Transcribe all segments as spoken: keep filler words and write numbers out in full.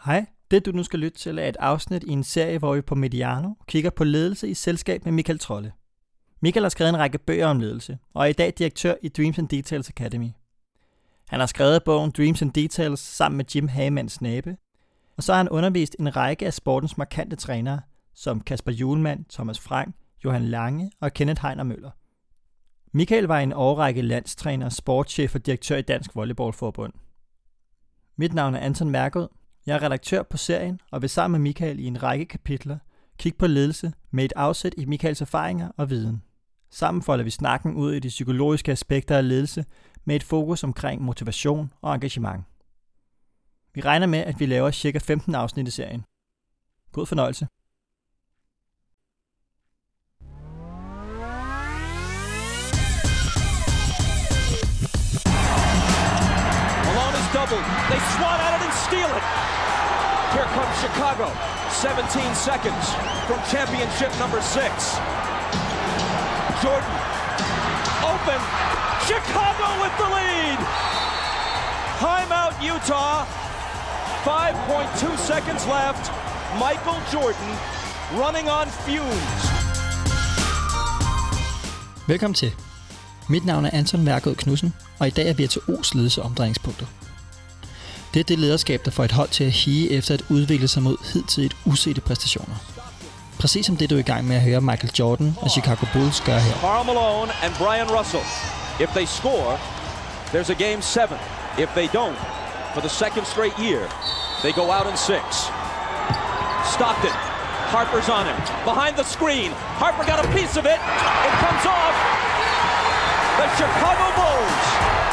Hej, det du nu skal lytte til er et afsnit i en serie, hvor vi på Mediano kigger på ledelse i selskab med Michael Trolle. Michael har skrevet en række bøger om ledelse, og er i dag direktør i Dreams and Details Academy. Han har skrevet bogen Dreams and Details sammen med Jim Hagemann-Snabe, og så har han undervist en række af sportens markante trænere, som Kasper Hjulmand, Thomas Frank, Johan Lange og Kenneth Heiner Møller. Michael var en årrække landstræner, sportschef og direktør i Dansk Volleyballforbund. Mit navn er Anton Mærkød. Jeg er redaktør på serien og vil sammen med Michael i en række kapitler kigge på ledelse med et afsæt i Michaels erfaringer og viden. Sammen folder vi snakken ud i de psykologiske aspekter af ledelse med et fokus omkring motivation og engagement. Vi regner med, at vi laver cirka femten afsnit i serien. God fornøjelse. Malone is doubled. They swat at it and steal it. Here comes Chicago. seventeen seconds from championship number six. Jordan, open. Chicago with the lead. Timeout, Utah. five point two seconds left. Michael Jordan running on fumes. Velkommen til. Mit navn er Anton Mærkød Knudsen, og i dag er vi til O's ledelse omdrejningspunkter. Det er det lederskab, der får et hold til at hige efter at udvikle sig mod hidtidigt usete præstationer. Præcis som det, du er i gang med at høre Michael Jordan og Chicago Bulls gøre her. Karl Malone and Brian Russell. If they score, there's a game seven. If they don't, for the second straight year, they go out in six. Stockton. Harper's on him. Behind the screen. Harper got a piece of it. It comes off. The Chicago Bulls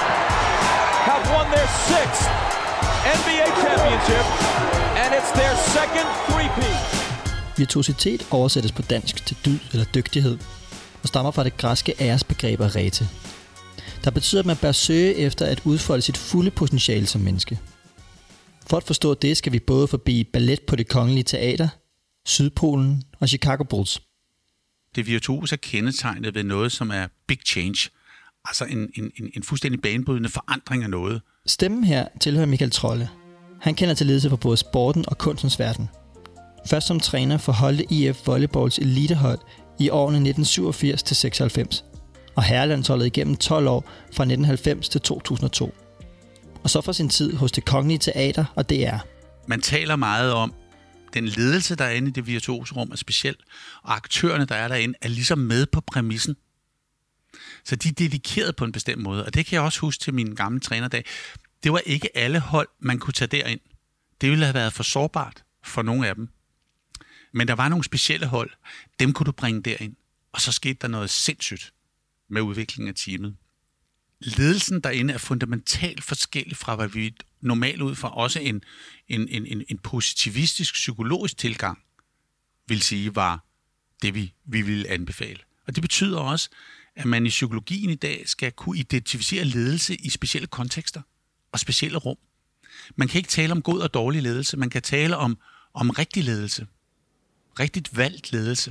have won their sixth N B A championship, and it's their second three-peat. Virtuositet oversættes på dansk til dyd eller dygtighed, og stammer fra det græske æresbegreb arete, der betyder, at man bør søge efter at udfolde sit fulde potentiale som menneske. For at forstå det, skal vi både forbi ballet på Det Kongelige Teater, Sydpolen og Chicago Bulls. Det virtuose er kendetegnet ved noget, som er big change, altså en, en, en, en fuldstændig banebrydende forandring af noget. Stemmen her tilhører Michael Trolle. Han kender til ledelse fra både sporten og kunstens verden. Først som træner for Holte I F Volleyballs elitehold i årene nitten syvogfirs til seksoghalvfems, og herrelandsholdet igennem tolv år fra nitten halvfems til to tusind og to. Og så for sin tid hos Det Kongelige Teater og D R. Man taler meget om, den ledelse, der er inde i det virtuose rum, er speciel, og aktørerne, der er derinde, er ligesom med på præmissen. Så de er dedikeret på en bestemt måde, og det kan jeg også huske til min gamle trænerdag. Det var ikke alle hold, man kunne tage derind. Det ville have været for sårbart for nogle af dem. Men der var nogle specielle hold, dem kunne du bringe derind. Og så skete der noget sindssygt med udviklingen af teamet. Ledelsen derinde er fundamentalt forskellig fra, hvad vi normalt ud fra også en, en, en, en positivistisk psykologisk tilgang vil sige, var det, vi, vi ville anbefale. Og det betyder også, at man i psykologien i dag skal kunne identificere ledelse i specielle kontekster og specielle rum. Man kan ikke tale om god og dårlig ledelse, man kan tale om, om rigtig ledelse. Rigtigt valgt ledelse.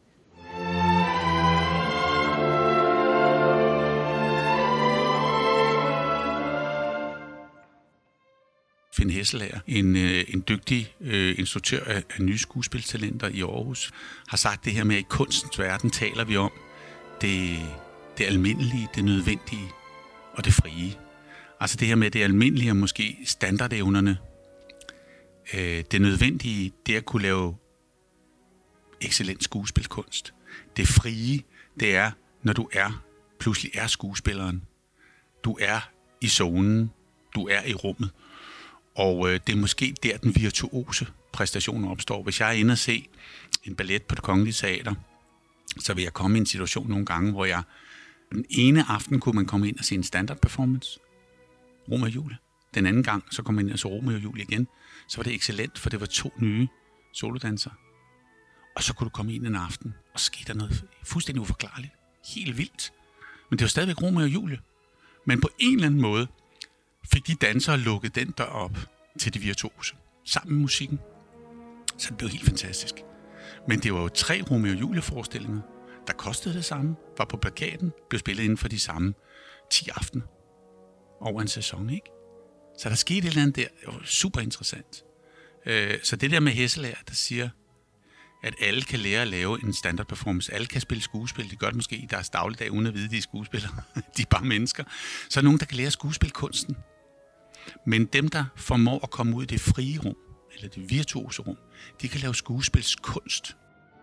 Finn Hesselager, en, en dygtig øh, instruktør af, af nye skuespiltalenter i Aarhus, har sagt det her med, at i kunstens verden taler vi om det, det almindelige, det nødvendige og det frie. Altså det her med det almindelige og måske standardevnerne. Øh, det nødvendige, det at kunne lave excellent skuespilkunst. Det frie, det er, når du er, pludselig er skuespilleren. Du er i zonen, du er i rummet. Og øh, det er måske der, den virtuose præstation opstår. Hvis jeg er inde og se en ballet på Det Kongelige Teater, så vil jeg komme i en situation nogle gange, hvor jeg den ene aften kunne man komme ind og se en standard performance, Romeo og Julie. Den anden gang, så kom man ind og så Romeo og Julie igen. Så var det excellent, for det var to nye solodansere. Og så kunne du komme ind en aften, og så skete der noget fuldstændig uforklarligt. Helt vildt. Men det var stadigvæk Romeo og Julie. Men på en eller anden måde fik de dansere lukket den dør op til det virtuose. Sammen med musikken. Så det blev helt fantastisk. Men det var jo tre Romeo og Julie forestillinger, der kostede det samme, var på plakaten, blev spillet inden for de samme ti aftener over en sæson, ikke? Så der skete et eller andet der, det var super interessant. Øh, så det der med Hesselager, der siger, at alle kan lære at lave en standard performance. Alle kan spille skuespil. De gør det måske i deres dagligdag, uden at vide, de er skuespillere. De er bare mennesker. Så er der nogen, der kan lære skuespilkunsten. Men dem, der formår at komme ud i det frie rum, eller det virtuose rum, de kan lave skuespilskunst.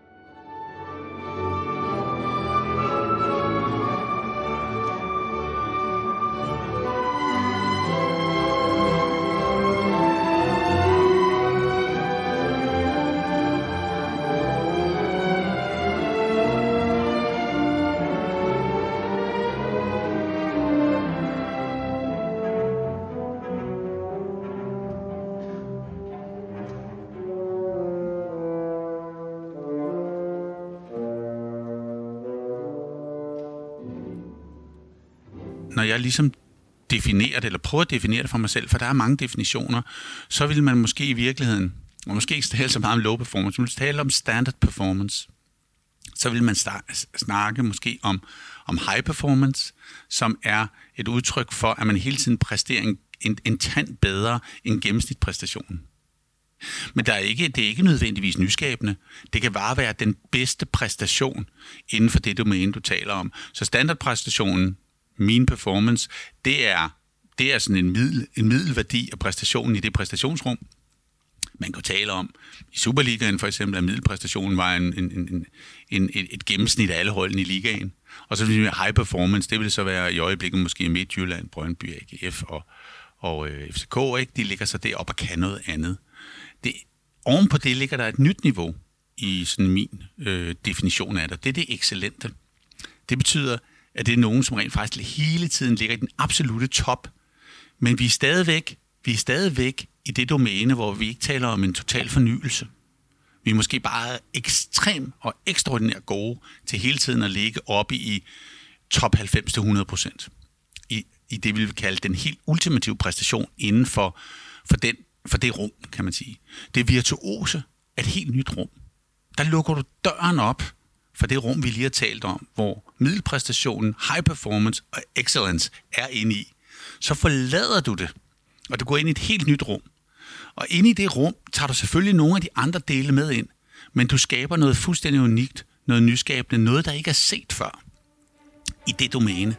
Når jeg ligesom definerer det, eller prøver at definere det for mig selv, for der er mange definitioner, så vil man måske i virkeligheden, og måske ikke tale så meget om low performance, men tale om standard performance. Så vil man snakke måske om, om high performance, som er et udtryk for, at man hele tiden præsterer en, en, en tand bedre end gennemsnitspræstationen. Men der er ikke, det er ikke nødvendigvis nyskabende. Det kan bare være den bedste præstation inden for det domæne, du taler om. Så standardpræstationen, min performance, det er, det er sådan en, middel, en middelværdi af præstationen i det præstationsrum. Man kan tale om, i Superligaen for eksempel, at middelpræstationen var en, en, en, en, et gennemsnit af alle holdene i ligaen. Og så high performance, det vil så være i øjeblikket måske Midtjylland, Brøndby, A G F og, og øh, F C K, ikke? De ligger så deroppe og kan noget andet. Det, ovenpå det ligger der et nyt niveau i sådan min øh, definition af det. Det er det excellente. Det betyder, at det er nogen, som rent faktisk hele tiden ligger i den absolute top. Men vi er stadigvæk, vi er stadigvæk i det domæne, hvor vi ikke taler om en total fornyelse. Vi er måske bare ekstrem og ekstraordinært gode til hele tiden at ligge oppe i top halvfems til hundrede procent. I, I det, vi vil kalde den helt ultimative præstation inden for, for, den, for det rum, kan man sige. Det virtuose er et helt nyt rum. Der lukker du døren op for det rum, vi lige har talt om, hvor middelpræstationen, high performance og excellence er inde i. Så forlader du det, og du går ind i et helt nyt rum. Og inde i det rum tager du selvfølgelig nogle af de andre dele med ind, men du skaber noget fuldstændig unikt, noget nyskabende, noget, der ikke er set før i det domæne.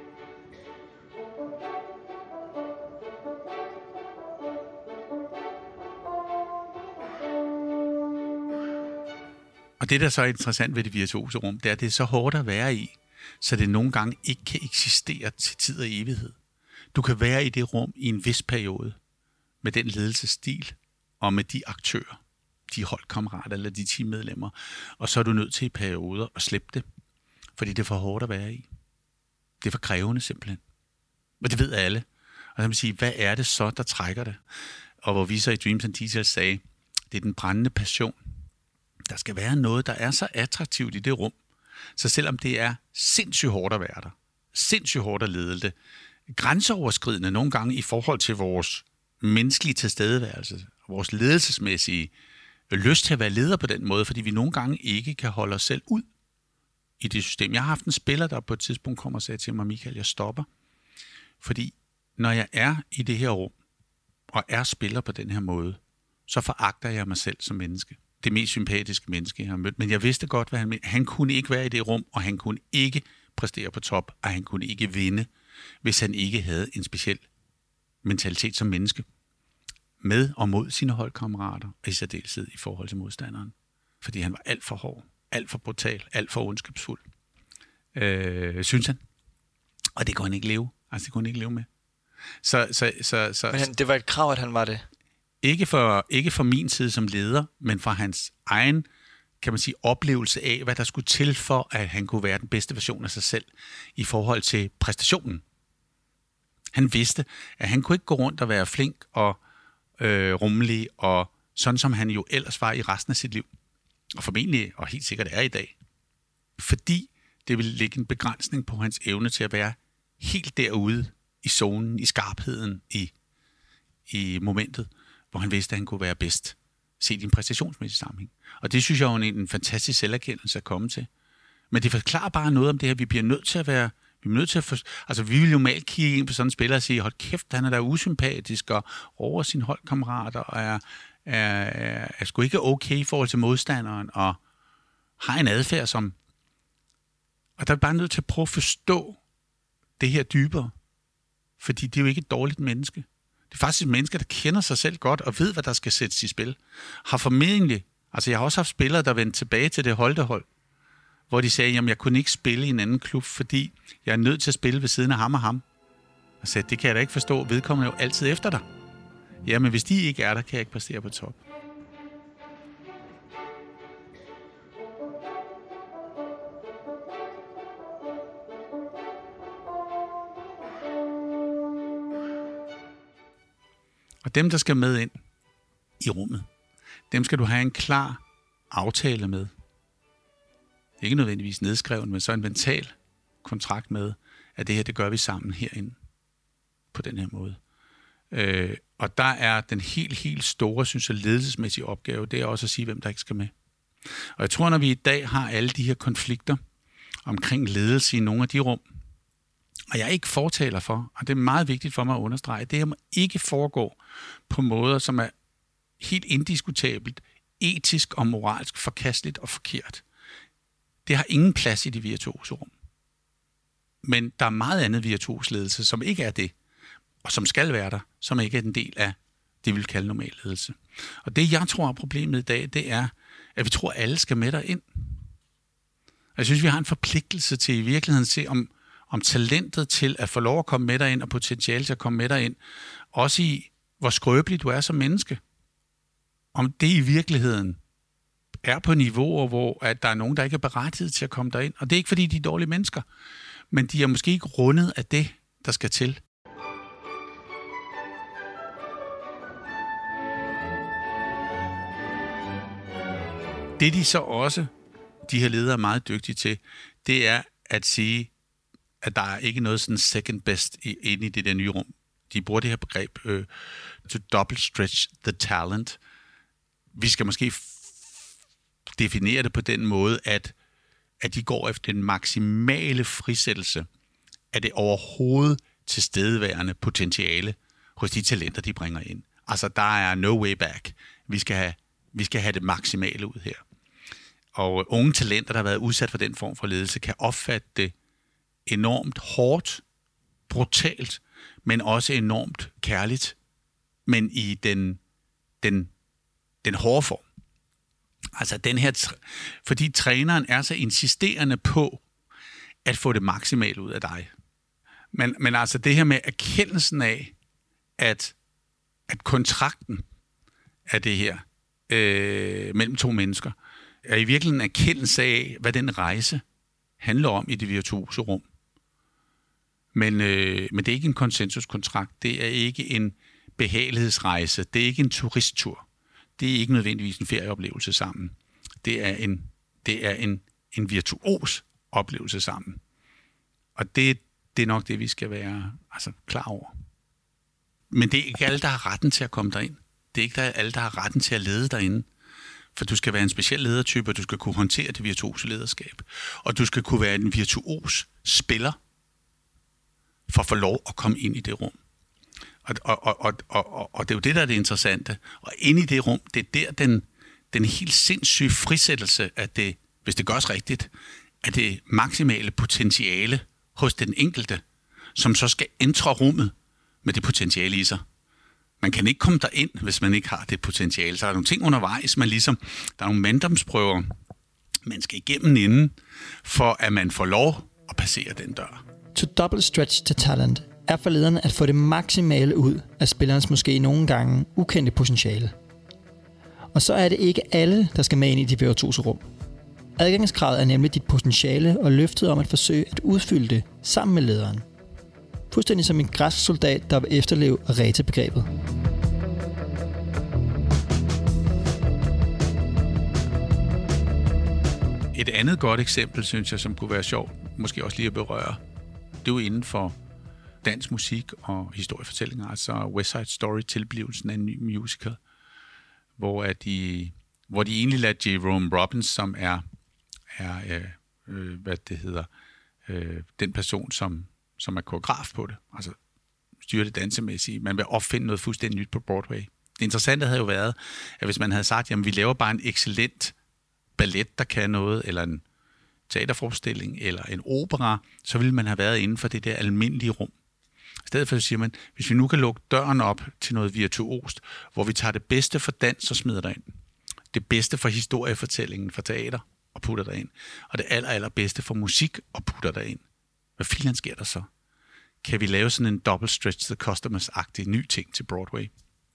Og det, der så er interessant ved det virtuose rum, det er, at det er så hårdt at være i, så det nogle gange ikke kan eksistere til tid og evighed. Du kan være i det rum i en vis periode, med den ledelsesstil og med de aktører, de holdkammerater eller de teammedlemmer, og så er du nødt til i perioder at slippe det, fordi det er for hårdt at være i. Det er for krævende simpelthen. Og det ved alle. Og så kan man sige, hvad er det så, der trækker det? Og hvor vi så i Dreams and Details sagde, det er den brændende passion. Der skal være noget, der er så attraktivt i det rum, så selvom det er sindssygt hårdt at være der, sindssygt hårdt at lede det, grænseoverskridende nogle gange i forhold til vores menneskelige tilstedeværelse, vores ledelsesmæssige lyst til at være leder på den måde, fordi vi nogle gange ikke kan holde os selv ud i det system. Jeg har haft en spiller, der på et tidspunkt kom og sagde til mig, Michael, jeg stopper, fordi når jeg er i det her rum, og er spiller på den her måde, så foragter jeg mig selv som menneske. Det mest sympatiske menneske, jeg har mødt. Men jeg vidste godt, hvad han mente. Han kunne ikke være i det rum, og han kunne ikke præstere på top, og han kunne ikke vinde, hvis han ikke havde en speciel mentalitet som menneske. Med og mod sine holdkammerater, og i særdeleshed i forhold til modstanderen. Fordi han var alt for hård, alt for brutal, alt for ondskabsfuld. Øh, synes han. Og det kunne han ikke leve. Altså, det kunne han ikke leve med. Så, så, så, så, men han, det var et krav, at han var det? Ikke for, ikke for min side som leder, men for hans egen, kan man sige, oplevelse af, hvad der skulle til for, at han kunne være den bedste version af sig selv i forhold til præstationen. Han vidste, at han kunne ikke gå rundt og være flink og øh, rummelig, og sådan som han jo ellers var i resten af sit liv. Og formentlig, og helt sikkert er i dag. Fordi det ville lægge en begrænsning på hans evne til at være helt derude i zonen, i skarpheden, i, i momentet, hvor han vidste, at han kunne være bedst, set i en præstationsmæssig sammenhæng. Og det synes jeg er en, en fantastisk selverkendelse at komme til. Men det forklarer bare noget om det her. Vi bliver nødt til at være, vi er nødt til at for, altså vi vil jo mal kigge ind på sådan en spiller og sige, hold kæft, han er da usympatisk og over sine holdkammerater og er, er, er, er sgu ikke okay i forhold til modstanderen, og har en adfærd, som... Og der er bare nødt til at prøve at forstå det her dybere. Fordi det er jo ikke et dårligt menneske. Det er faktisk et menneske, der kender sig selv godt, og ved, hvad der skal sættes i spil. Har formentlig... Altså, jeg har også haft spillere, der vendte tilbage til det holdehold, hvor de sagde, jamen, jeg kunne ikke spille i en anden klub, fordi jeg er nødt til at spille ved siden af ham og ham. Og sagde, det kan jeg da ikke forstå. Vedkommende er jo altid efter dig. Jamen, hvis de ikke er der, kan jeg ikke præstere på top. Og dem, der skal med ind i rummet, dem skal du have en klar aftale med. Ikke nødvendigvis nedskrevet, men så en mental kontrakt med, at det her, det gør vi sammen herinde på den her måde. Øh, og der er den helt, helt store, synes jeg, ledelsesmæssige opgave, det er også at sige, hvem der ikke skal med. Og jeg tror, når vi i dag har alle de her konflikter omkring ledelse i nogle af de rum, og jeg er ikke fortaler for, og det er meget vigtigt for mig at understrege, det her må ikke foregå på måder, som er helt indiskutabelt, etisk og moralsk forkasteligt og forkert. Det har ingen plads i det virtuose rum. Men der er meget andet virtuos ledelse, som ikke er det, og som skal være der, som ikke er en del af det, vi vil kalde normal ledelse. Og det, jeg tror er problemet i dag, det er, at vi tror, at alle skal med derind. Og jeg synes, vi har en forpligtelse til i virkeligheden at se, om, om talentet til at få lov at komme med derind, og potentiale til at komme med derind, også i, hvor skrøbelig du er som menneske. Om det i virkeligheden er på niveauer, hvor at der er nogen, der ikke er berettiget til at komme derind. Og det er ikke, fordi de er dårlige mennesker, men de er måske ikke rundet af det, der skal til. Det de så også, de her ledere er meget dygtige til, det er at sige, at der er ikke noget sådan second best inde i det der nye rum. De bruger det her begreb, uh, to double stretch the talent. Vi skal måske f- definere det på den måde, at, at de går efter den maksimale frisættelse af det overhovedet tilstedeværende potentiale hos de talenter, de bringer ind. Altså, der er no way back. Vi skal have, vi skal have det maksimale ud her. Og unge talenter, der har været udsat for den form for ledelse, kan opfatte det enormt hårdt, brutalt, men også enormt kærligt, men i den, den, den hårde form. Altså den her, fordi træneren er så insisterende på at få det maksimale ud af dig. Men, men altså det her med erkendelsen af, at, at kontrakten af det her øh, mellem to mennesker, er i virkeligheden en erkendelse af, hvad den rejse handler om i det virtuose rum. Men, øh, men det er ikke en konsensuskontrakt, det er ikke en behagelighedsrejse, det er ikke en turisttur, det er ikke nødvendigvis en ferieoplevelse sammen. Det er en, det er en, en virtuos oplevelse sammen. Og det, det er nok det, vi skal være altså, klar over. Men det er ikke alle, der har retten til at komme derind. Det er ikke alle, der har retten til at lede derinde. For du skal være en speciel ledertype, og du skal kunne håndtere det virtuose lederskab. Og du skal kunne være en virtuos spiller, for at få lov at komme ind i det rum. Og, og, og, og, og, og det er jo det, der er det interessante. Og ind i det rum, det er der den, den helt sindssyge frisættelse af det, hvis det gørs rigtigt, af det maksimale potentiale hos den enkelte, som så skal entre rummet med det potentiale i sig. Man kan ikke komme derind, hvis man ikke har det potentiale. Så er der nogle ting undervejs, man ligesom, der er nogle manddomsprøver, man skal igennem inden, for at man får lov at passere den dør. To double stretch the talent er for lederne at få det maksimale ud af spillerens måske nogle gange ukendte potentiale. Og så er det ikke alle, der skal med ind i de virtuose rum. Adgangskravet er nemlig dit potentiale og løftet om at forsøge at udfylde det sammen med lederen. Fuldstændig som en græsk soldat, der vil efterleve Arete-begrebet. Et andet godt eksempel, synes jeg, som kunne være sjovt, måske også lige at berøre, det er jo inden for dansk musik og historiefortællinger, altså West Side Story, tilblivelsen af en ny musical, hvor, at de, hvor de egentlig lader Jerome Robbins, som er, er øh, øh, hvad det hedder, øh, den person, som, som er koreograf på det, altså styrer det dansemæssige. Man vil opfinde noget fuldstændig nyt på Broadway. Det interessante havde jo været, at hvis man havde sagt, jamen vi laver bare en excellent ballet, der kan noget, eller en teaterforestilling, eller en opera, så ville man have været inden for det der almindelige rum. I stedet for, så siger man, hvis vi nu kan lukke døren op til noget virtuost, hvor vi tager det bedste for dans og smider derind, det bedste for historiefortællingen for teater og putter derind, og det aller, aller bedste for musik og putter derind. Hvad filan sker der så? Kan vi lave sådan en double stretch the customers-agtig ny ting til Broadway?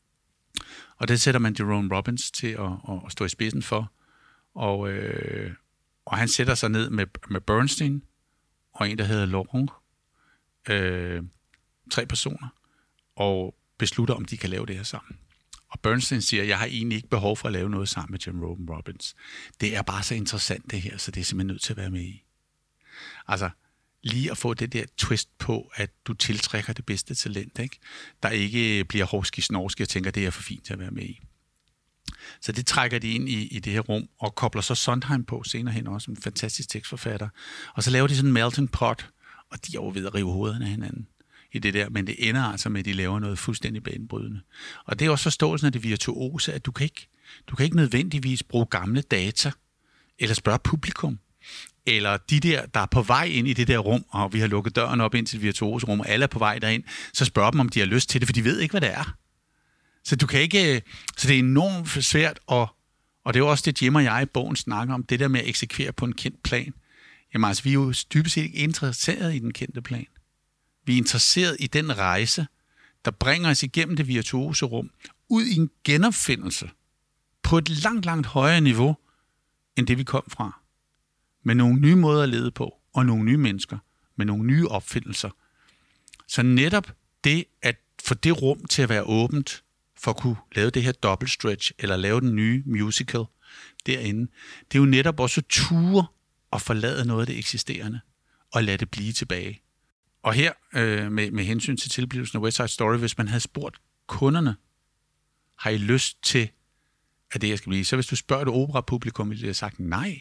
Og det sætter man Jerome Robbins til at, at stå i spidsen for, og, øh, og han sætter sig ned med, med Bernstein og en, der hedder Laurent, øh, tre personer, og beslutter, om de kan lave det her sammen. Og Bernstein siger, jeg har egentlig ikke behov for at lave noget sammen med Jerome Robbins. Det er bare så interessant det her, så det er simpelthen nødt til at være med i. Altså, lige at få det der twist på, at du tiltrækker det bedste talent, ikke? Der ikke bliver hovski-snorski og tænker, det er for fint til at være med i. Så det trækker de ind i, i det her rum, og kobler så Sondheim på senere hen også, en fantastisk tekstforfatter. Og så laver de sådan en melting pot, og de er jo ved at rive hovederne af hinanden i det der, men det ender altså med, at de laver noget fuldstændig banebrydende. Og det er også forståelsen af det virtuose, at du kan ikke, du kan ikke nødvendigvis bruge gamle data, eller spørge publikum, eller de der, der er på vej ind i det der rum, og vi har lukket døren op ind til det virtuose rum, og alle er på vej derind, så spørg dem, om de har lyst til det, for de ved ikke, hvad det er. Så du kan ikke, så det er enormt svært, og, og det er jo også det, Jim og jeg i bogen snakker om, det der med at eksekvere på en kendt plan. Jamen altså, vi er jo dybest set ikke interesseret i den kendte plan. Vi er interesseret i den rejse, der bringer os igennem det virtuose rum, ud i en genopfindelse på et langt, langt højere niveau, end det vi kom fra. Med nogle nye måder at lede på, og nogle nye mennesker, med nogle nye opfindelser. Så netop det, at få det rum til at være åbent, for at kunne lave det her double stretch, eller lave den nye musical derinde, det er jo netop også ture at forlade noget af det eksisterende, og lade det blive tilbage. Og her, øh, med, med hensyn til tilblivelsen af West Side Story, hvis man havde spurgt kunderne, har I lyst til, at det her skal blive? Så hvis du spørger et operapublikum, ville de have sagt nej.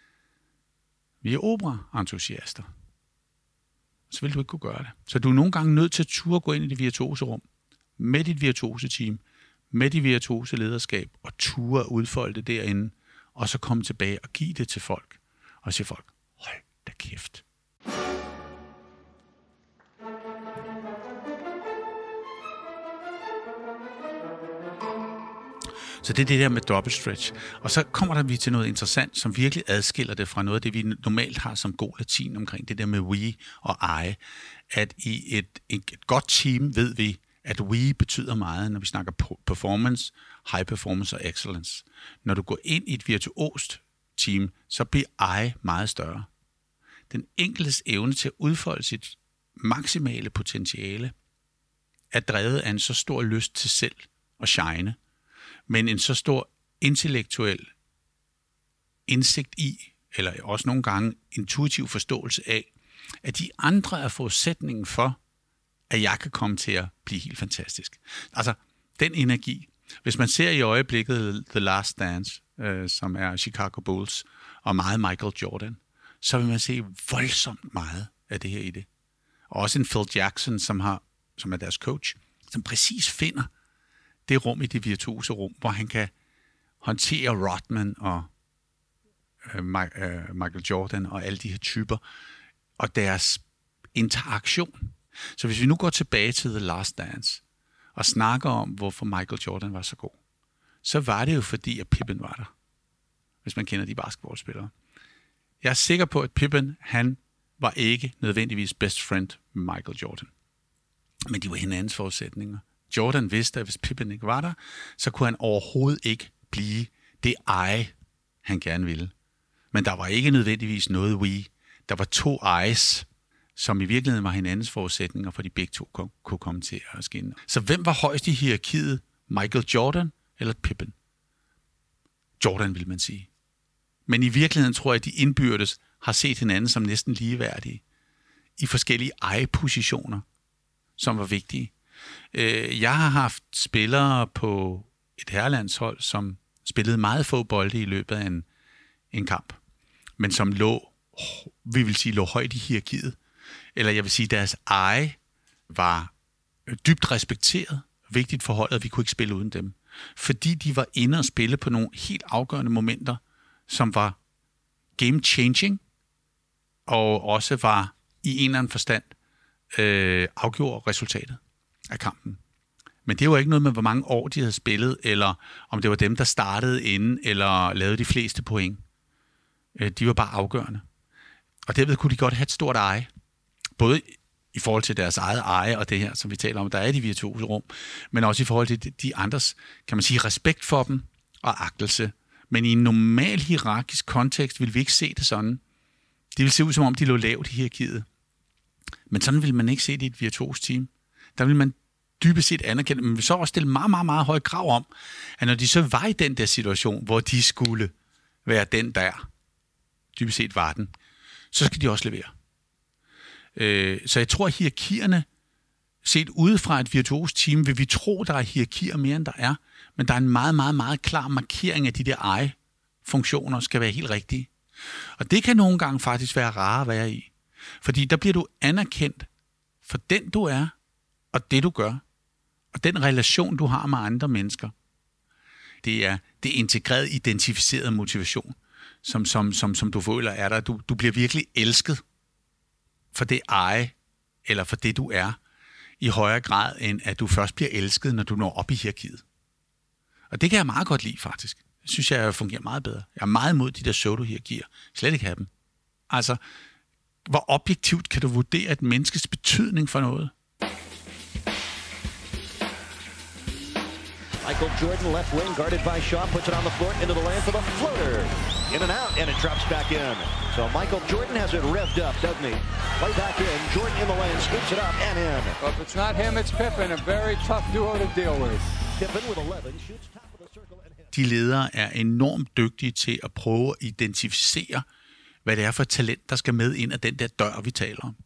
Vi er opera-entusiaster. Så vil du ikke kunne gøre det. Så du er nogle gange nødt til at turde gå ind i det virtuose rum, med dit virtuose team, med dit virtuose lederskab, og ture at udfolde det derinde, og så komme tilbage og give det til folk. Og sige folk, hold da kæft. Så det er det der med double stretch. Og så kommer der vi til noget interessant, som virkelig adskiller det fra noget af det, vi normalt har som god latin omkring det der med we og I. At i et, et godt team ved vi, at we betyder meget, når vi snakker performance, high performance og excellence. Når du går ind i et virtuost team, så bliver I meget større. Den enkeltes evne til at udfolde sit maksimale potentiale er drevet af en så stor lyst til selv at shine, men en så stor intellektuel indsigt i, eller også nogle gange intuitiv forståelse af, at de andre er forudsætningen for, at jeg kan komme til at blive helt fantastisk. Altså, den energi. Hvis man ser i øjeblikket The Last Dance, øh, som er Chicago Bulls, og meget Michael Jordan, så vil man se voldsomt meget af det her i det. Og også en Phil Jackson, som, har, som er deres coach, som præcis finder det rum i det virtuose rum, hvor han kan håndtere Rodman og øh, Michael Jordan og alle de her typer, og deres interaktion. Så hvis vi nu går tilbage til The Last Dance, og snakker om, hvorfor Michael Jordan var så god, så var det jo fordi, at Pippen var der. Hvis man kender de basketballspillere. Jeg er sikker på, at Pippen, han var ikke nødvendigvis best friend med Michael Jordan. Men de var hinandens forudsætninger. Jordan vidste, at hvis Pippen ikke var der, så kunne han overhovedet ikke blive det eje, han gerne ville. Men der var ikke nødvendigvis noget we. Der var to eyes, som i virkeligheden var hinandens forudsætninger, for de begge to kunne komme til at skinne. Så hvem var højst i hierarkiet? Michael Jordan eller Pippen? Jordan, vil man sige. Men i virkeligheden tror jeg, at de indbyrdes har set hinanden som næsten ligeværdige i forskellige ejepositioner, som var vigtige. Jeg har haft spillere på et herrelandshold, som spillede meget få bolde i løbet af en, en kamp, men som lå, vi vil sige, lå højt i hierarkiet. Eller jeg vil sige, deres eje var dybt respekteret, vigtigt for holdet, at vi kunne ikke spille uden dem. fordi de var inde og spille på nogle helt afgørende momenter, som var game-changing, og også var i en eller anden forstand øh, afgjorde resultatet af kampen. Men det var ikke noget med, hvor mange år de havde spillet, eller om det var dem, der startede inden, eller lavede de fleste point. Øh, de var bare afgørende. Og derved kunne de godt have et stort eje. Både i forhold til deres eget eje, og det her, som vi taler om, der er de virtuose rum, men også i forhold til de andres, kan man sige, respekt for dem og agtelse. Men i en normal hierarkisk kontekst vil vi ikke se det sådan. Det vil se ud, som om de lå lavt i hierarkiet. Men sådan vil man ikke se det i et virtuos team. Der vil man dybest set anerkende, men vi så også stille meget, meget, meget høje krav om, at når de så var i den der situation, hvor de skulle være den der, dybest set var den, så skal de også levere. Øh, så jeg tror, at hierarkierne, set udefra et virtuos team, vil vi tro, der er hierarkier mere, end der er, men der er en meget, meget, meget klar markering af de der eje-funktioner, skal være helt rigtige. Og det kan nogle gange faktisk være rare at være i. Fordi der bliver du anerkendt for den, du er, og det, du gør, og den relation, du har med andre mennesker. Det er det integreret, identificeret motivation, som, som, som, som du føler er der. Du, du bliver virkelig elsket for det eje, eller for det, du er, i højere grad, end at du først bliver elsket, når du når op i hierarkiet. Og det kan jeg meget godt lide, faktisk. Det synes jeg fungerer meget bedre. Jeg er meget imod de der pseudo-hierarkier. Slet ikke have dem. Altså, hvor objektivt kan du vurdere et menneskes betydning for noget? Michael Jordan, left wing, guarded by Shaw, puts it on the floor, into the lane for the floater. In and out, and it drops back in. So Michael Jordan has it revved up, doesn't he? Play back in, Jordan in the lane, scoops it up and in. Well, if it's not him, it's Pippen, a very tough duo to deal with. Pippen with eleven, shoots top of the circle and hits. De ledere er enormt dygtige til at prøve at identificere, hvad det er for et talent, der skal med ind af den der dør, vi taler om.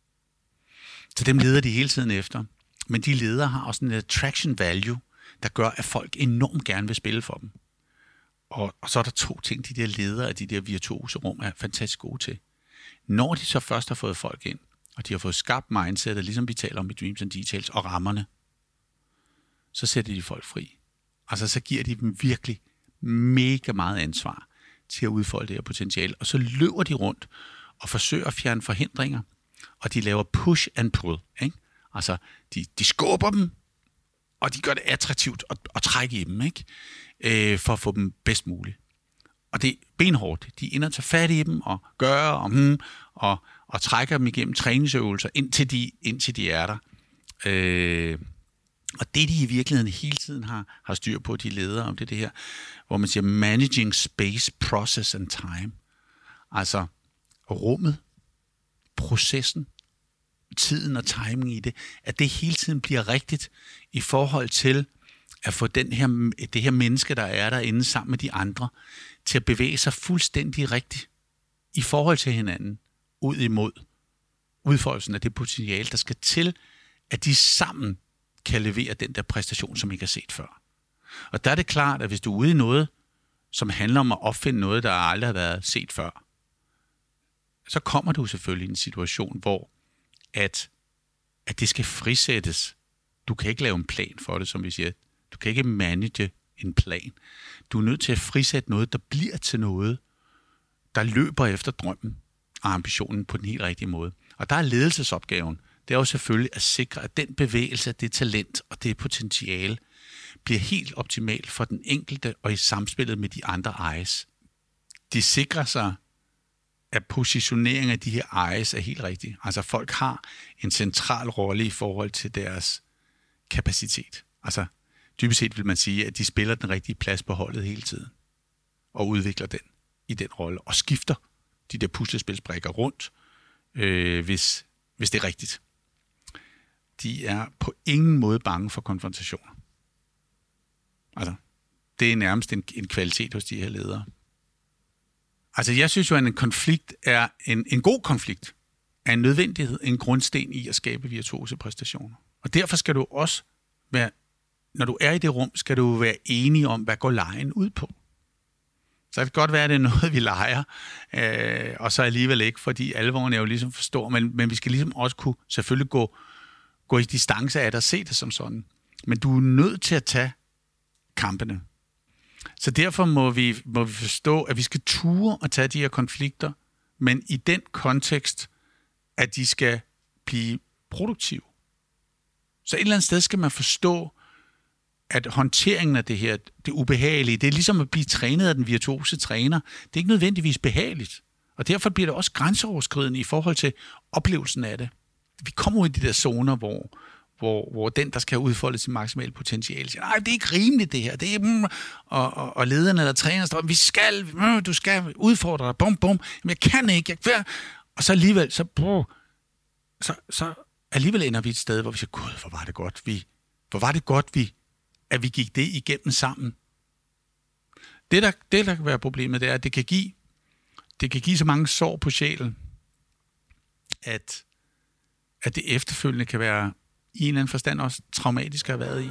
Så dem leder de hele tiden efter. Men de ledere har også en attraction value, der gør, at folk enormt gerne vil spille for dem. Og, og så er der to ting, de der ledere af de der virtuose rum er fantastisk gode til. Når de så først har fået folk ind, og de har fået skabt mindsetet, ligesom vi taler om i Dreams and Details, og rammerne, så sætter de folk fri. Altså så giver de dem virkelig mega meget ansvar til at udfolde det her potentiale, og så løber de rundt og forsøger at fjerne forhindringer, og de laver push and pull, ikke? Altså, de, de skubber dem, og de gør det attraktivt at, at trække i dem, ikke? Øh, for at få dem bedst muligt. Og det er benhårdt. De er inde og tager fat i dem, og gør, og, hmm, og, og trækker dem igennem træningsøvelser, indtil de, indtil de er der. Øh, og det, de i virkeligheden hele tiden har, har styr på, de ledere om det, det her, hvor man siger managing space, process and time. Altså rummet, processen, tiden og timing i det, at det hele tiden bliver rigtigt i forhold til at få den her, det her menneske, der er derinde sammen med de andre, til at bevæge sig fuldstændig rigtigt i forhold til hinanden, ud imod udfoldelsen af det potentiale, der skal til, at de sammen kan levere den der præstation, som I ikke har set før. Og der er det klart, at hvis du er ude i noget, som handler om at opfinde noget, der aldrig har været set før, så kommer du selvfølgelig i en situation, hvor at, at det skal frisættes. Du kan ikke lave en plan for det, som vi siger. Du kan ikke manage en plan. Du er nødt til at frisætte noget, der bliver til noget, der løber efter drømmen og ambitionen på den helt rigtige måde. Og der er ledelsesopgaven. Det er jo selvfølgelig at sikre, at den bevægelse, det talent og det potentiale bliver helt optimalt for den enkelte og i samspillet med de andre ejes. De sikrer sig, at positioneringen af de her ejes er helt rigtig. Altså folk har en central rolle i forhold til deres kapacitet. Altså dybest set vil man sige, at de spiller den rigtige plads på holdet hele tiden og udvikler den i den rolle og skifter de der puslespilsbrikker rundt, øh, hvis, hvis det er rigtigt. De er på ingen måde bange for konfrontationer. Altså, det er nærmest en, en kvalitet hos de her ledere. Altså, jeg synes jo, at en konflikt er en, en god konflikt, er en nødvendighed, en grundsten i at skabe virtuose præstationer. Og derfor skal du også være, når du er i det rum, skal du være enig om, hvad går lejen ud på. Så det kan godt være, at det er noget, vi leger, øh, og så alligevel ikke, fordi alvoren er jo ligesom forstår, men, men vi skal ligesom også kunne selvfølgelig gå, gå i distance af det og se det som sådan. Men du er nødt til at tage kampene. Så derfor må vi, må vi forstå, at vi skal ture og tage de her konflikter, men i den kontekst, at de skal blive produktive. Så et eller andet sted skal man forstå, at håndteringen af det her, det ubehagelige, det er ligesom at blive trænet af den virtuose træner. Det er ikke nødvendigvis behageligt. Og derfor bliver det også grænseoverskridende i forhold til oplevelsen af det. Vi kommer ud i de der zoner, hvor, hvor, hvor den, der skal udfolde sin maksimale potentiale, siger, nej, det er ikke rimeligt det her. Det er, mm, og, og, og lederne eller trænerne står, vi skal, mm, du skal udfordre dig, bum, bum, men jeg kan ikke, jeg kan. Og så alligevel, så, brug, så, så alligevel ender vi et sted, hvor vi siger, gud, hvor var det godt, vi, hvor var det godt, vi, at vi gik det igennem sammen. Det, der, det, der kan være problemet, det er, at det kan give, det kan give så mange sår på sjælen, at, at det efterfølgende kan være i en eller anden forstand også traumatisk at have været i.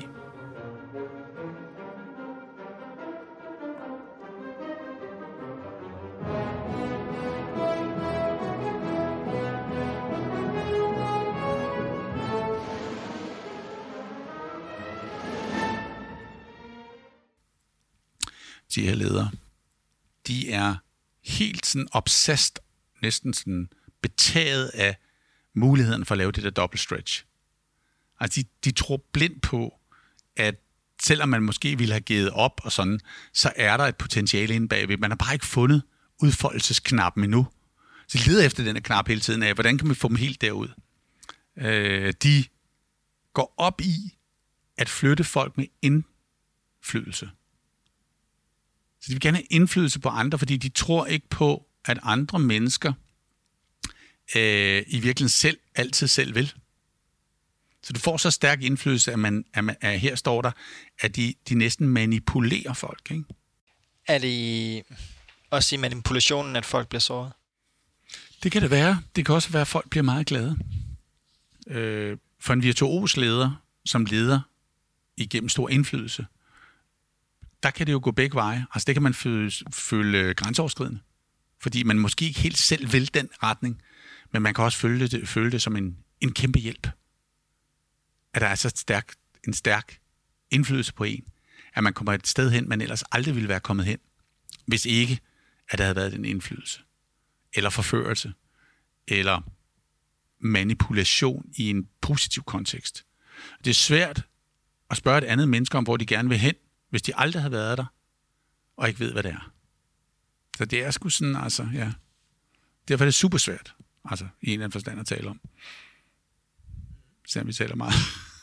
De her ledere, de er helt sådan obsessed, næsten sådan betaget af muligheden for at lave det der double stretch. Altså de, de tror blindt på, at selvom man måske ville have givet op og sådan, så er der et potentiale inde bagved. Man har bare ikke fundet udfoldelsesknappen endnu. Så de leder efter den her knap hele tiden af, hvordan kan man få dem helt derud? Øh, de går op i at flytte folk med indflydelse. Så de vil gerne have indflydelse på andre, fordi de tror ikke på, at andre mennesker øh, i virkeligheden selv, altid selv vil. Så du får så stærk indflydelse, at, man, at, man, at her står der, at de, de næsten manipulerer folk. Ikke? Er det også i manipulationen, at folk bliver såret? Det kan det være. Det kan også være, at folk bliver meget glade. Øh, for en virtuos leder, som leder igennem stor indflydelse, der kan det jo gå begge veje. Altså det kan man føle, føle grænseoverskridende. Fordi man måske ikke helt selv vil den retning, men man kan også føle det, føle det som en, en kæmpe hjælp. At der er så stærk, en stærk indflydelse på en, at man kommer et sted hen, man ellers aldrig ville være kommet hen, hvis ikke, at der havde været en indflydelse. Eller forførelse. Eller manipulation i en positiv kontekst. Det er svært at spørge et andet menneske om, hvor de gerne vil hen, hvis de aldrig har været der, og ikke ved, hvad det er. Så det er sgu sådan, altså, ja. Derfor er det super svært, altså, i en eller anden forstand at tale om. Selvom vi taler meget.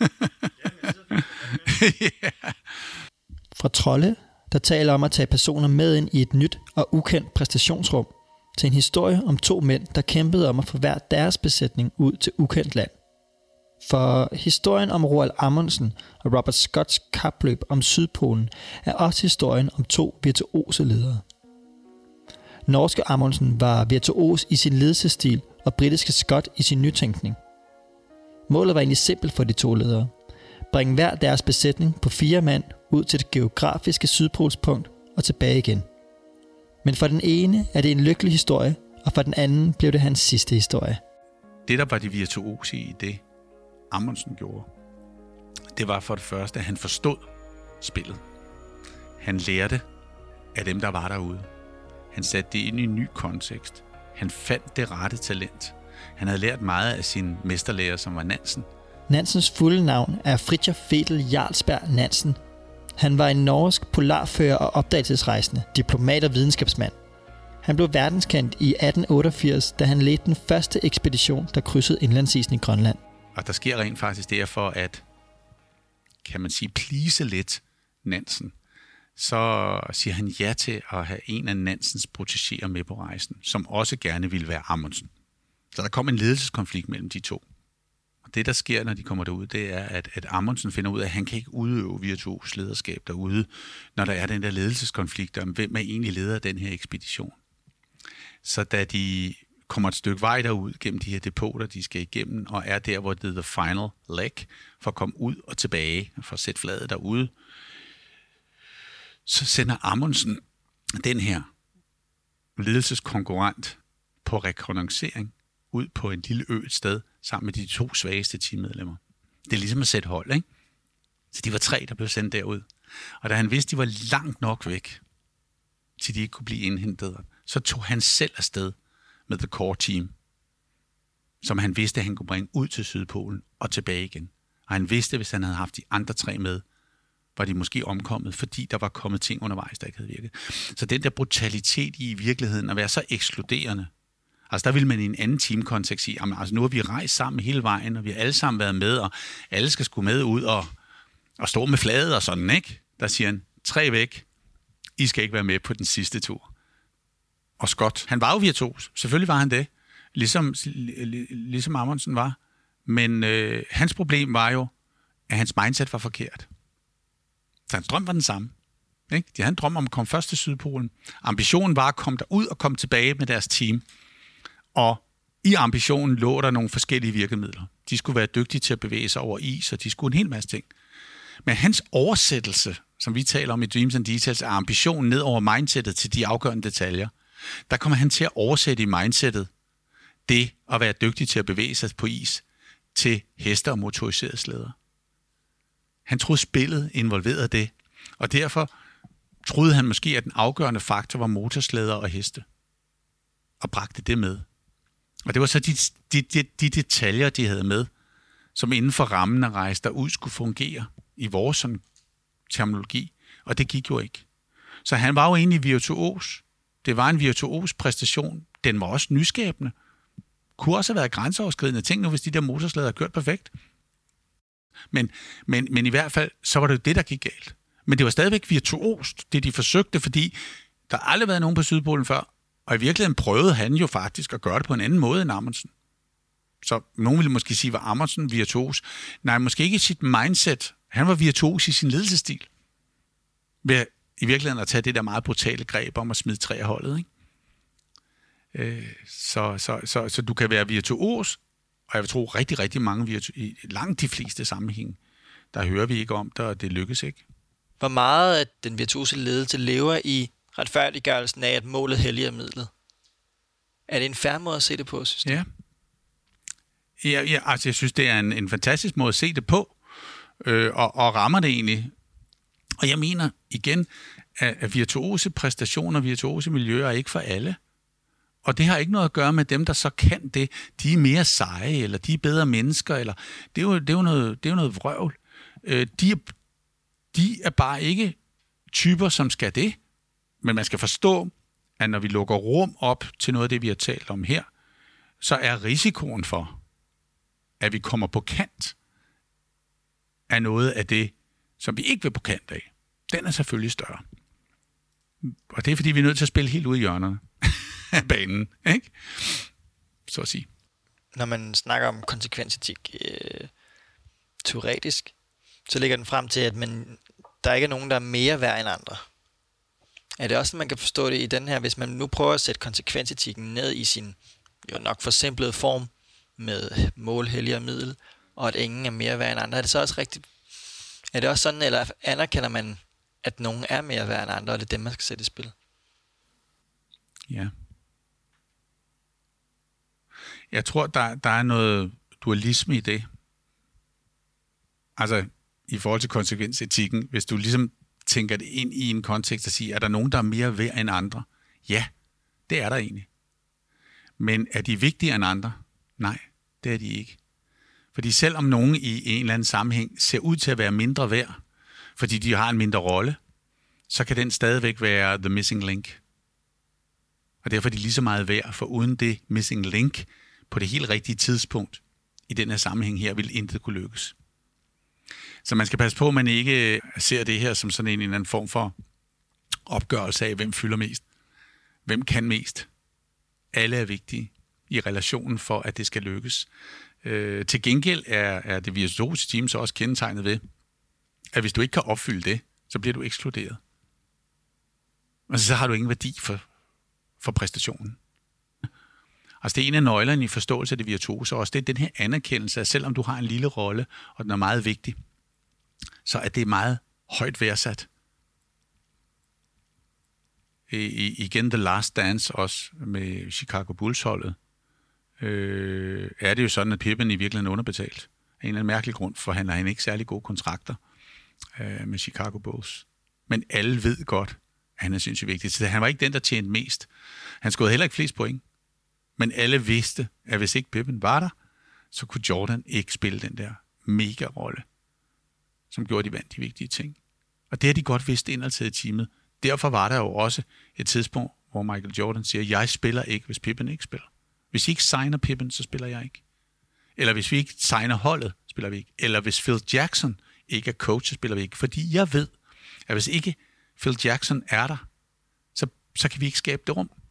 yeah. Fra Trolle, der taler om at tage personer med ind i et nyt og ukendt præstationsrum, til en historie om to mænd, der kæmpede om at få hver deres besætning ud til ukendt land. For historien om Roald Amundsen og Robert Scotts kapløb om Sydpolen er også historien om to virtuose ledere. Norske Amundsen var virtuos i sin ledelsesstil og britiske Scott i sin nytænkning. Målet var egentlig simpelt for de to ledere. Bringe hver deres besætning på fire mand ud til det geografiske sydpolspunkt og tilbage igen. Men for den ene er det en lykkelig historie, og for den anden blev det hans sidste historie. Det, der var de virtuose i det, Amundsen gjorde, det var for det første, at han forstod spillet. Han lærte af dem, der var derude. Han satte det ind i en ny kontekst. Han fandt det rette talent. Han havde lært meget af sin mesterlærer, som var Nansen. Nansens fulde navn er Fridtjof Wedel Jarlsberg Nansen. Han var en norsk polarfører og opdagelsesrejsende, diplomat og videnskabsmand. Han blev verdenskendt i atten otteogfirs, da han ledte den første ekspedition, der krydsede indlandsisen i Grønland. Og der sker rent faktisk derfor, at, kan man sige, please lidt Nansen, så siger han ja til at have en af Nansens protégéer med på rejsen, som også gerne ville være Amundsen. Så der kom en ledelseskonflikt mellem de to. Og det, der sker, når de kommer derud, det er, at, at Amundsen finder ud af, at han kan ikke udøve virtuos lederskab derude, når der er den der ledelseskonflikt om, hvem er egentlig leder af den her ekspedition. Så da de kommer et stykke vej derud gennem de her depoter, de skal igennem, og er der, hvor det er the final leg, for at komme ud og tilbage, for at sætte fladet derude, så sender Amundsen den her ledelseskonkurrent på rekognoscering ud på en lille ø et sted, sammen med de to svageste teammedlemmer. Det er ligesom at sætte hold, ikke? Så de var tre, der blev sendt derud. Og da han vidste, de var langt nok væk, til de ikke kunne blive indhentet, så tog han selv afsted med The Core Team, som han vidste, at han kunne bringe ud til Sydpolen og tilbage igen. Og han vidste, at hvis han havde haft de andre tre med, var de måske omkommet, fordi der var kommet ting undervejs, der ikke havde virket. Så den der brutalitet i virkeligheden, at være så ekskluderende, altså der ville man i en anden teamkontekst sige, jamen, altså nu har vi rejst sammen hele vejen, og vi har alle sammen været med, og alle skal sgu med ud og, og stå med fladet og sådan, ikke? Der siger han, tre væk, I skal ikke være med på den sidste tur. Og Scott, han var jo virtuos, selvfølgelig var han det, ligesom, ligesom Amundsen var, men øh, hans problem var jo, at hans mindset var forkert. Så hans drøm var den samme. Ikke? De havde en drøm om at komme først til Sydpolen. Ambitionen var at komme derud og komme tilbage med deres team. Og i ambitionen lå der nogle forskellige virkemidler. De skulle være dygtige til at bevæge sig over is, og de skulle en hel masse ting. Men hans oversættelse, som vi taler om i Dreams and Details, er ambitionen ned over mindsetet til de afgørende detaljer. Der kommer han til at oversætte i mindsetet det at være dygtig til at bevæge sig på is til heste og motoriserede slæder. Han troede, spillet involverede det, og derfor troede han måske, at den afgørende faktor var motorslæder og heste, og bragte det med. Og det var så de, de, de, de detaljer, de havde med, som inden for rammen af rejse derud skulle fungere i vores sådan, terminologi, og det gik jo ikke. Så han var jo egentlig virtuos. Det var en virtuos præstation. Den var også nyskabende. Kunne også have været grænseoverskridende. Tænk nu, hvis de der motorslæder havde kørt perfekt. Men, men, men i hvert fald, så var det jo det, der gik galt. Men det var stadigvæk virtuost, det de forsøgte, fordi der har aldrig været nogen på Sydpolen før, og i virkeligheden prøvede han jo faktisk at gøre det på en anden måde end Amundsen. Så nogen ville måske sige, var Amundsen virtuos? Nej, måske ikke i sit mindset. Han var virtuos i sin ledelsesstil. Ved i virkeligheden at tage det der meget brutale greb om at smide tre af holdet, ikke? Øh, så, så, så, så du kan være virtuos, og jeg vil tro rigtig, rigtig mange virtu- i langt de fleste sammenhænge, der hører vi ikke om det, og det lykkes ikke. Hvor meget af den virtuose ledelse lever i retfærdiggørelsen af, at målet helliger midlet? Er det en fair måde at se det på, synes du? Ja. Ja, ja, altså jeg synes, det er en, en fantastisk måde at se det på, øh, og, og rammer det egentlig. Og jeg mener igen, at, at virtuose præstationer, virtuose miljøer er ikke for alle. Og det har ikke noget at gøre med dem, der så kan det. De er mere seje, eller de er bedre mennesker, eller det er jo, det er jo, noget, det er jo noget vrøvl. Øh, de, er, de er bare ikke typer, som skal det. Men man skal forstå, at når vi lukker rum op til noget af det, vi har talt om her, så er risikoen for, at vi kommer på kant af noget af det, som vi ikke vil på kant af, den er selvfølgelig større. Og det er, fordi vi er nødt til at spille helt ude i hjørnerne af banen, ikke? Så at sige. Når man snakker om konsekvensetik øh, teoretisk, så ligger den frem til, at man, der ikke er nogen, der er mere værd end andre. Er det også, man kan forstå det i den her, hvis man nu prøver at sætte konsekvensetikken ned i sin jo nok forsimplede form med mål, hellig og middel, og at ingen er mere værd end andre, er det så også rigtigt? Er det også sådan, eller anerkender man, at nogen er mere værd end andre, og det er dem, man skal sætte i spil? Ja. Jeg tror, der, der er noget dualisme i det. Altså, i forhold til konsekvensetikken, hvis du ligesom tænker det ind i en kontekst og siger, er der nogen, der er mere værd end andre? Ja, det er der egentlig. Men er de vigtigere end andre? Nej, det er de ikke. Fordi selvom nogen i en eller anden sammenhæng ser ud til at være mindre værd, fordi de har en mindre rolle, så kan den stadigvæk være the missing link. Og derfor er de lige så meget værd, for uden det missing link på det helt rigtige tidspunkt i den her sammenhæng her, vil intet kunne lykkes. Så man skal passe på, at man ikke ser det her som sådan en eller anden form for opgørelse af, hvem fylder mest. Hvem kan mest? Alle er vigtige i relationen for, at det skal lykkes. Øh, til gengæld er, er det virtuose team så også kendetegnet ved, at hvis du ikke kan opfylde det, så bliver du ekskluderet. Og så har du ingen værdi for, for præstationen. Altså det er en af nøglerne i forståelse af det virtuose også. Det er den her anerkendelse, at selvom du har en lille rolle, og den er meget vigtig, så er det meget højt værdsat. I, igen The Last Dance også med Chicago Bulls-holdet, øh, er det jo sådan, at Pippen i virkeligheden er underbetalt. Af en eller anden mærkelig grund forhandler han ikke særlig gode kontrakter øh, med Chicago Bulls. men alle ved godt, at han er sindssygt vigtig. Så han var ikke den, der tjente mest. Han scorede heller ikke flest point. Men alle vidste, at hvis ikke Pippen var der, så kunne Jordan ikke spille den der mega-rolle, som gjorde de vandt de vigtige ting. Og det har de godt vidst indadtil i teamet. Derfor var der jo også et tidspunkt, hvor Michael Jordan siger, jeg spiller ikke, hvis Pippen ikke spiller. Hvis I ikke signer Pippen, så spiller jeg ikke. Eller hvis vi ikke signer holdet, spiller vi ikke. Eller hvis Phil Jackson ikke er coach, så spiller vi ikke. Fordi jeg ved, at hvis ikke Phil Jackson er der, så, så kan vi ikke skabe det rum.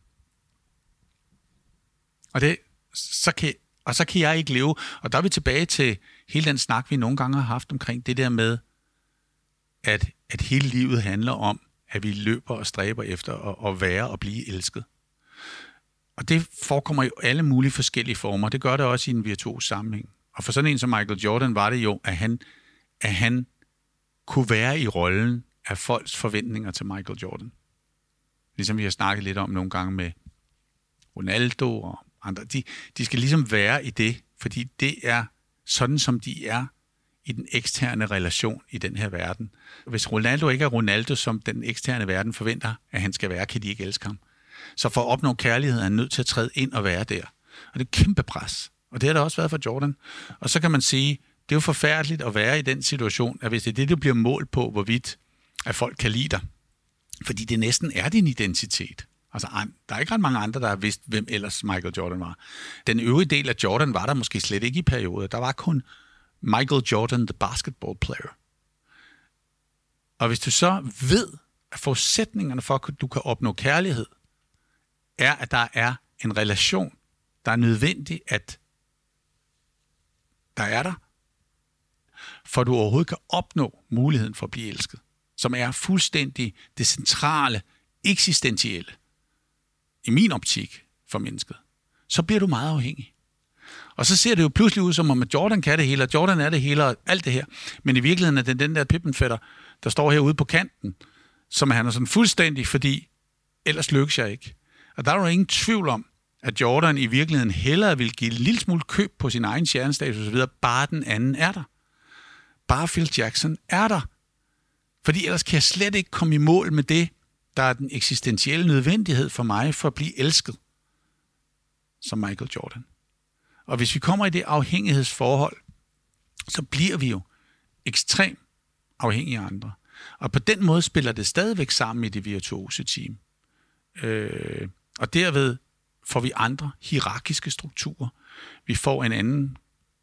Og, det, så kan, og så kan jeg ikke leve. Og der er vi tilbage til hele den snak, vi nogle gange har haft omkring det der med, at, at hele livet handler om, at vi løber og stræber efter at, at være og blive elsket. Og det forekommer i alle mulige forskellige former. Det gør det også i en virtuos sammenhæng. Og for sådan en som Michael Jordan var det jo, at han, at han kunne være i rollen af folks forventninger til Michael Jordan. Ligesom vi har snakket lidt om nogle gange med Ronaldo og andre. De, de skal ligesom være i det, fordi det er sådan, som de er i den eksterne relation i den her verden. Hvis Ronaldo ikke er Ronaldo, som den eksterne verden forventer, at han skal være, kan de ikke elske ham. Så for at opnå kærlighed er han nødt til at træde ind og være der. Og det er et kæmpe pres. Og det har der også været for Jordan. Og så kan man sige, det er jo forfærdeligt at være i den situation, at hvis det er det, du bliver målt på, hvorvidt at folk kan lide dig. Fordi det næsten er din identitet. Altså, der er ikke ret mange andre, der har vidst, hvem ellers Michael Jordan var. Den øvrige del af Jordan var der måske slet ikke i perioder. Der var kun Michael Jordan, the basketball player. Og hvis du så ved, at forudsætningerne for, at du kan opnå kærlighed, er, at der er en relation, der er nødvendig, at der er der, for at du overhovedet kan opnå muligheden for at blive elsket, som er fuldstændig det centrale, eksistentielle, i min optik for mennesket, så bliver du meget afhængig. Og så ser det jo pludselig ud som om, at Jordan kan det hele, og Jordan er det hele, og alt det her. Men i virkeligheden er det den der Pippen-fætter, der står herude på kanten, som han er sådan fuldstændig, fordi ellers lykkes jeg ikke. Og der er jo ingen tvivl om, at Jordan i virkeligheden hellere vil give en lille smule køb på sin egen stjernestatus osv., bare den anden er der. Bare Phil Jackson er der. Fordi ellers kan jeg slet ikke komme i mål med det, der er den eksistentielle nødvendighed for mig for at blive elsket, som Michael Jordan. Og hvis vi kommer i det afhængighedsforhold, så bliver vi jo ekstremt afhængige af andre. Og på den måde spiller det stadigvæk sammen i det virtuose team. Øh, og derved får vi andre hierarkiske strukturer. Vi får en anden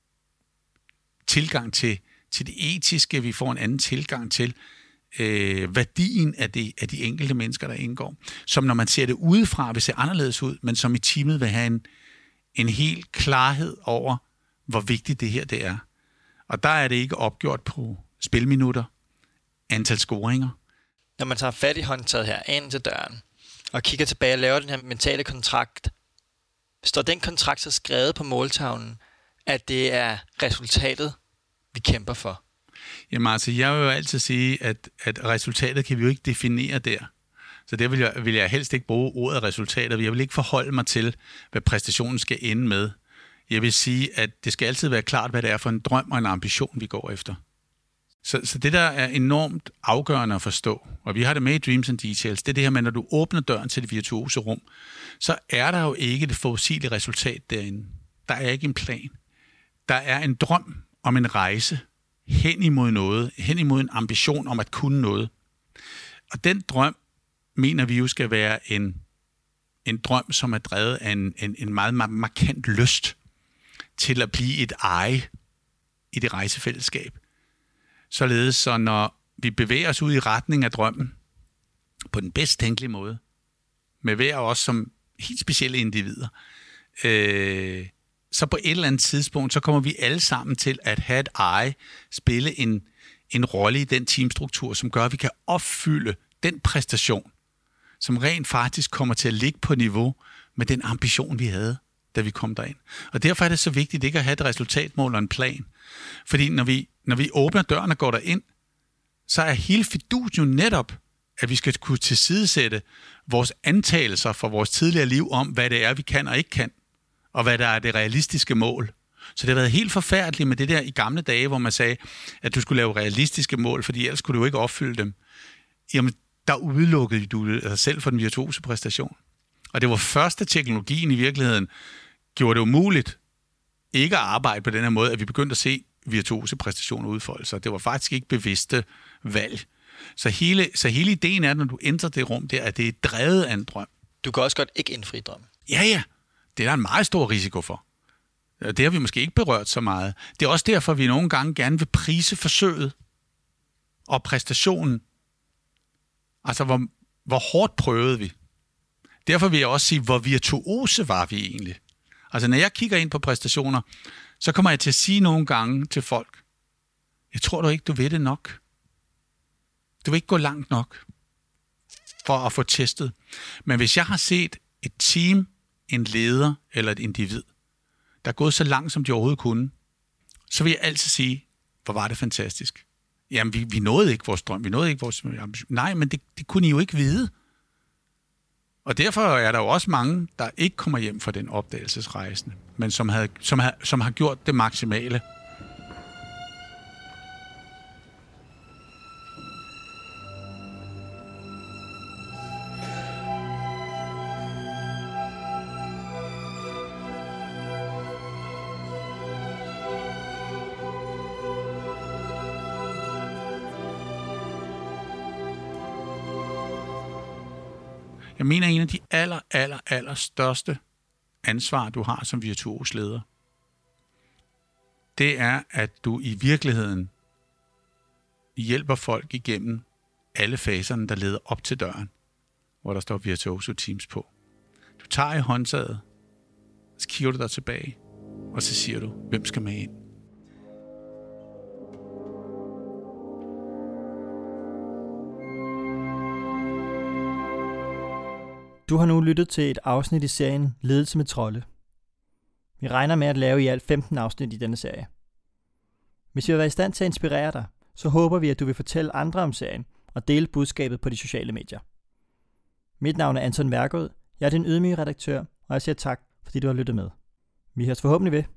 tilgang til, til det etiske, vi får en anden tilgang til øh, værdien af, det, af de enkelte mennesker, der indgår. Som når man ser det udefra, vil se anderledes ud, men som i teamet vil have en, en helt klarhed over, hvor vigtigt det her det er. Og der er det ikke opgjort på spilminutter, antal scoringer. Når man tager fat i håndtaget her, ind til døren, og kigger tilbage og laver den her mentale kontrakt, står den kontrakt så skrevet på måltavlen, at det er resultatet, vi kæmper for? Jamen altså, jeg vil jo altid sige, at, at resultatet kan vi jo ikke definere der. Så der vil jeg, vil jeg helst ikke bruge ordet resultater. Jeg vil ikke forholde mig til, hvad præstationen skal ende med. Jeg vil sige, at det skal altid være klart, hvad det er for en drøm og en ambition, vi går efter. Så, så det, der er enormt afgørende at forstå, og vi har det med i Dreams and Details, det er det her med, når du åbner døren til det virtuose rum, så er der jo ikke det forudsigelige resultat derinde. Der er ikke en plan. Der er en drøm om en rejse hen imod noget, hen imod en ambition om at kunne noget. Og den drøm, mener vi jo skal være en, en drøm, som er drevet af en, en, en meget, meget markant lyst til at blive et eje i det rejsefællesskab. Således så når vi bevæger os ud i retning af drømmen på den bedst tænkelige måde, med hver os som helt specielle individer, øh, så på et eller andet tidspunkt, så kommer vi alle sammen til at have et eje, spille en, en rolle i den teamstruktur, som gør, at vi kan opfylde den præstation, som rent faktisk kommer til at ligge på niveau med den ambition, vi havde, da vi kom derind. Og derfor er det så vigtigt ikke at have et resultatmål og en plan. Fordi når vi, når vi åbner døren og går derind, så er hele fidus jo netop, at vi skal kunne tilsidesætte vores antagelser for vores tidligere liv om, hvad det er, vi kan og ikke kan, og hvad der er det realistiske mål. Så det har været helt forfærdeligt med det der i gamle dage, hvor man sagde, at du skulle lave realistiske mål, fordi ellers kunne du ikke opfylde dem. jamen, der udelukkede du dig selv for den virtuose præstation. Og det var først, at teknologien i virkeligheden gjorde det umuligt ikke at arbejde på den her måde, at vi begyndte at se virtuose præstationer udfolde sig. Det var faktisk ikke bevidste valg. Så hele, så hele ideen er, når du ændrer det rum der, at det er drevet af en drøm. Du kan også godt ikke indfri drøm. Ja, ja. Det er der en meget stor risiko for. Det har vi måske ikke berørt så meget. Det er også derfor, vi nogle gange gerne vil prise forsøget og præstationen. Altså, hvor, hvor hårdt prøvede vi. Derfor vil jeg også sige, hvor virtuose var vi egentlig. Altså, når jeg kigger ind på præstationer, så kommer jeg til at sige nogle gange til folk, jeg tror du ikke, du ved det nok. Du vil ikke gå langt nok for at få testet. Men hvis jeg har set et team, en leder eller et individ, der er gået så langt, som de overhovedet kunne, så vil jeg altid sige, hvor var det fantastisk. Jamen, vi, vi nåede ikke vores drøm, vi nåede ikke vores ambition. Nej, men det, det kunne I jo ikke vide. Og derfor er der jo også mange, der ikke kommer hjem fra den opdagelsesrejsende, men som, havde, som, har, som har gjort det maksimale. Jeg mener, en af de aller, aller, aller største ansvar, du har som virtuos leder, det er, at du i virkeligheden hjælper folk igennem alle faserne, der leder op til døren, hvor der står Virtuoso Teams på. Du tager i håndtaget, så kigger du dig tilbage, og så siger du, hvem skal med ind? Du har nu lyttet til et afsnit i serien Ledelse med trolde. Vi regner med at lave i alt femten afsnit i denne serie. Hvis vi har været i stand til at inspirere dig, så håber vi, at du vil fortælle andre om serien og dele budskabet på de sociale medier. Mit navn er Anton Værgod, jeg er din ydmyge redaktør, og jeg siger tak, fordi du har lyttet med. Vi høres forhåbentlig ved.